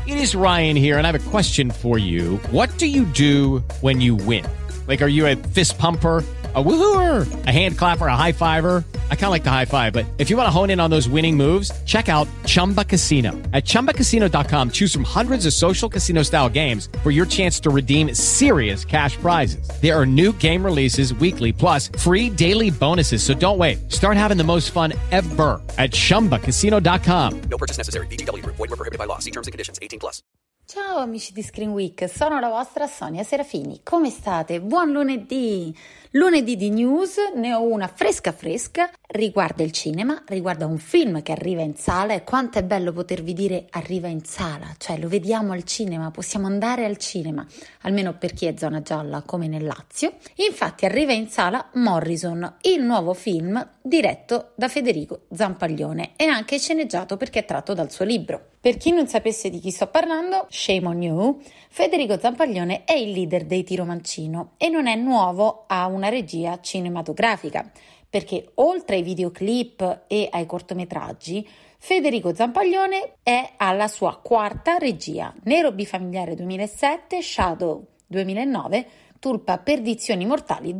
It is Ryan here, and I have a question for you. What do you do when you win? Like, are you a fist pumper, a woohooer, a hand clapper, a high fiver? I kind of like the high five, but if you want to hone in on those winning moves, check out Chumba Casino. At ChumbaCasino.com, choose from hundreds of social casino-style games for your chance to redeem serious cash prizes. There are new game releases weekly, plus free daily bonuses. So don't wait. Start having the most fun ever at ChumbaCasino.com. No purchase necessary. VGW Group. Void where prohibited by law. See terms and conditions. 18+. Ciao amici di Screen Week, sono la vostra Sonia Serafini. Come state? Buon lunedì! Lunedì di news, ne ho una fresca riguarda il cinema, riguarda un film che arriva in sala e quanto è bello potervi dire arriva in sala, cioè lo vediamo al cinema, possiamo andare al cinema, almeno per chi è zona gialla come nel Lazio. Infatti arriva in sala Morrison, il nuovo film diretto da Federico Zampaglione e anche sceneggiato perché è tratto dal suo libro. Per chi non sapesse di chi sto parlando, shame on you, Federico Zampaglione è il leader dei Tiro Mancino e non è nuovo a una regia cinematografica, perché oltre ai videoclip e ai cortometraggi, Federico Zampaglione è alla sua quarta regia: Nero Bifamiliare 2007, Shadow 2009, Tulpa Perdizioni Mortali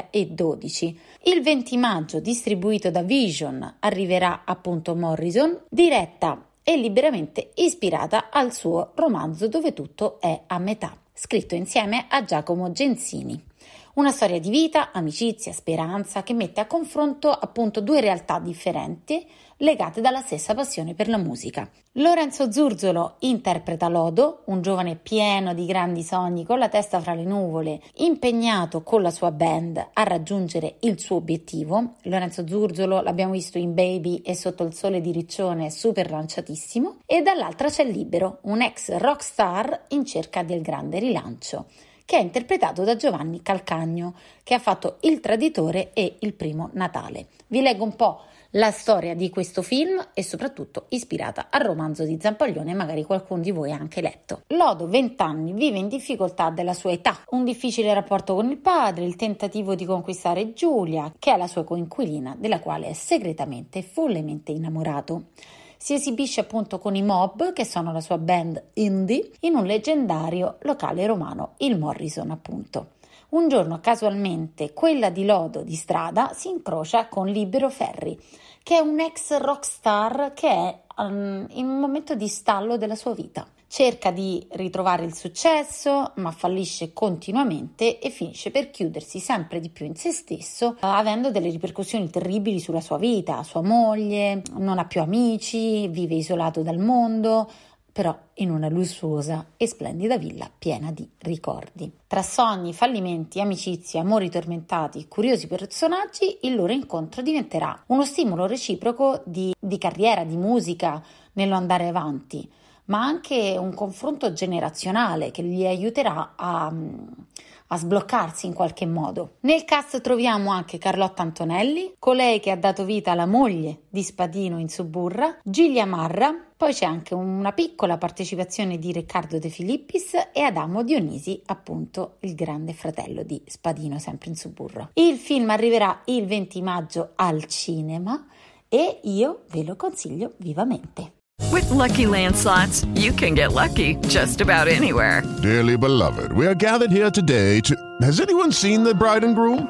2012. Il 20 maggio, distribuito da Vision, arriverà appunto Morrison, diretta e liberamente ispirata al suo romanzo Dove tutto è a metà, scritto insieme a Giacomo Gensini. Una storia di vita, amicizia, speranza che mette a confronto appunto due realtà differenti legate dalla stessa passione per la musica. Lorenzo Zurzolo interpreta Lodo, un giovane pieno di grandi sogni con la testa fra le nuvole, impegnato con la sua band a raggiungere il suo obiettivo. Lorenzo Zurzolo l'abbiamo visto in Baby e Sotto il sole di Riccione, super lanciatissimo, e dall'altra c'è Libero, un ex rockstar in cerca del grande rilancio, che è interpretato da Giovanni Calcagno, che ha fatto Il Traditore e Il Primo Natale. Vi leggo un po' la storia di questo film e soprattutto ispirata al romanzo di Zampaglione, magari qualcuno di voi ha anche letto. Lodo, 20 anni, vive in difficoltà della sua età, un difficile rapporto con il padre, il tentativo di conquistare Giulia, che è la sua coinquilina, della quale è segretamente e follemente innamorato. Si esibisce appunto con i Mob, che sono la sua band indie, in un leggendario locale romano, il Morrison appunto. Un giorno casualmente quella di Lodo di strada si incrocia con Libero Ferri, che è un ex rockstar che è in un momento di stallo della sua vita. Cerca di ritrovare il successo, ma fallisce continuamente e finisce per chiudersi sempre di più in se stesso, avendo delle ripercussioni terribili sulla sua vita. Sua moglie, non ha più amici, vive isolato dal mondo, però in una lussuosa e splendida villa piena di ricordi. Tra sogni, fallimenti, amicizie, amori tormentati, curiosi personaggi, il loro incontro diventerà uno stimolo reciproco di carriera, di musica, nello andare avanti, ma anche un confronto generazionale che gli aiuterà a sbloccarsi in qualche modo. Nel cast troviamo anche Carlotta Antonelli, colei che ha dato vita alla moglie di Spadino in Suburra, Giulia Marra, poi c'è anche una piccola partecipazione di Riccardo De Filippis e Adamo Dionisi, appunto il grande fratello di Spadino, sempre in Suburra. Il film arriverà il 20 maggio al cinema e io ve lo consiglio vivamente. With Lucky Land Slots, you can get lucky just about anywhere. Dearly beloved, we are gathered here today to... Has anyone seen the bride and groom?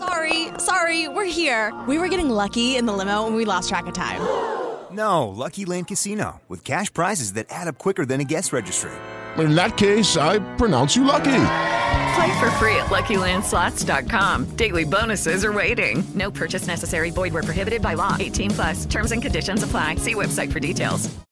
Sorry, we're here. We were getting lucky in the limo and we lost track of time. No, Lucky Land Casino, with cash prizes that add up quicker than a guest registry. In that case, I pronounce you lucky. Play for free at LuckyLandSlots.com. Daily bonuses are waiting. No purchase necessary. Void where prohibited by law. 18+. Terms and conditions apply. See website for details.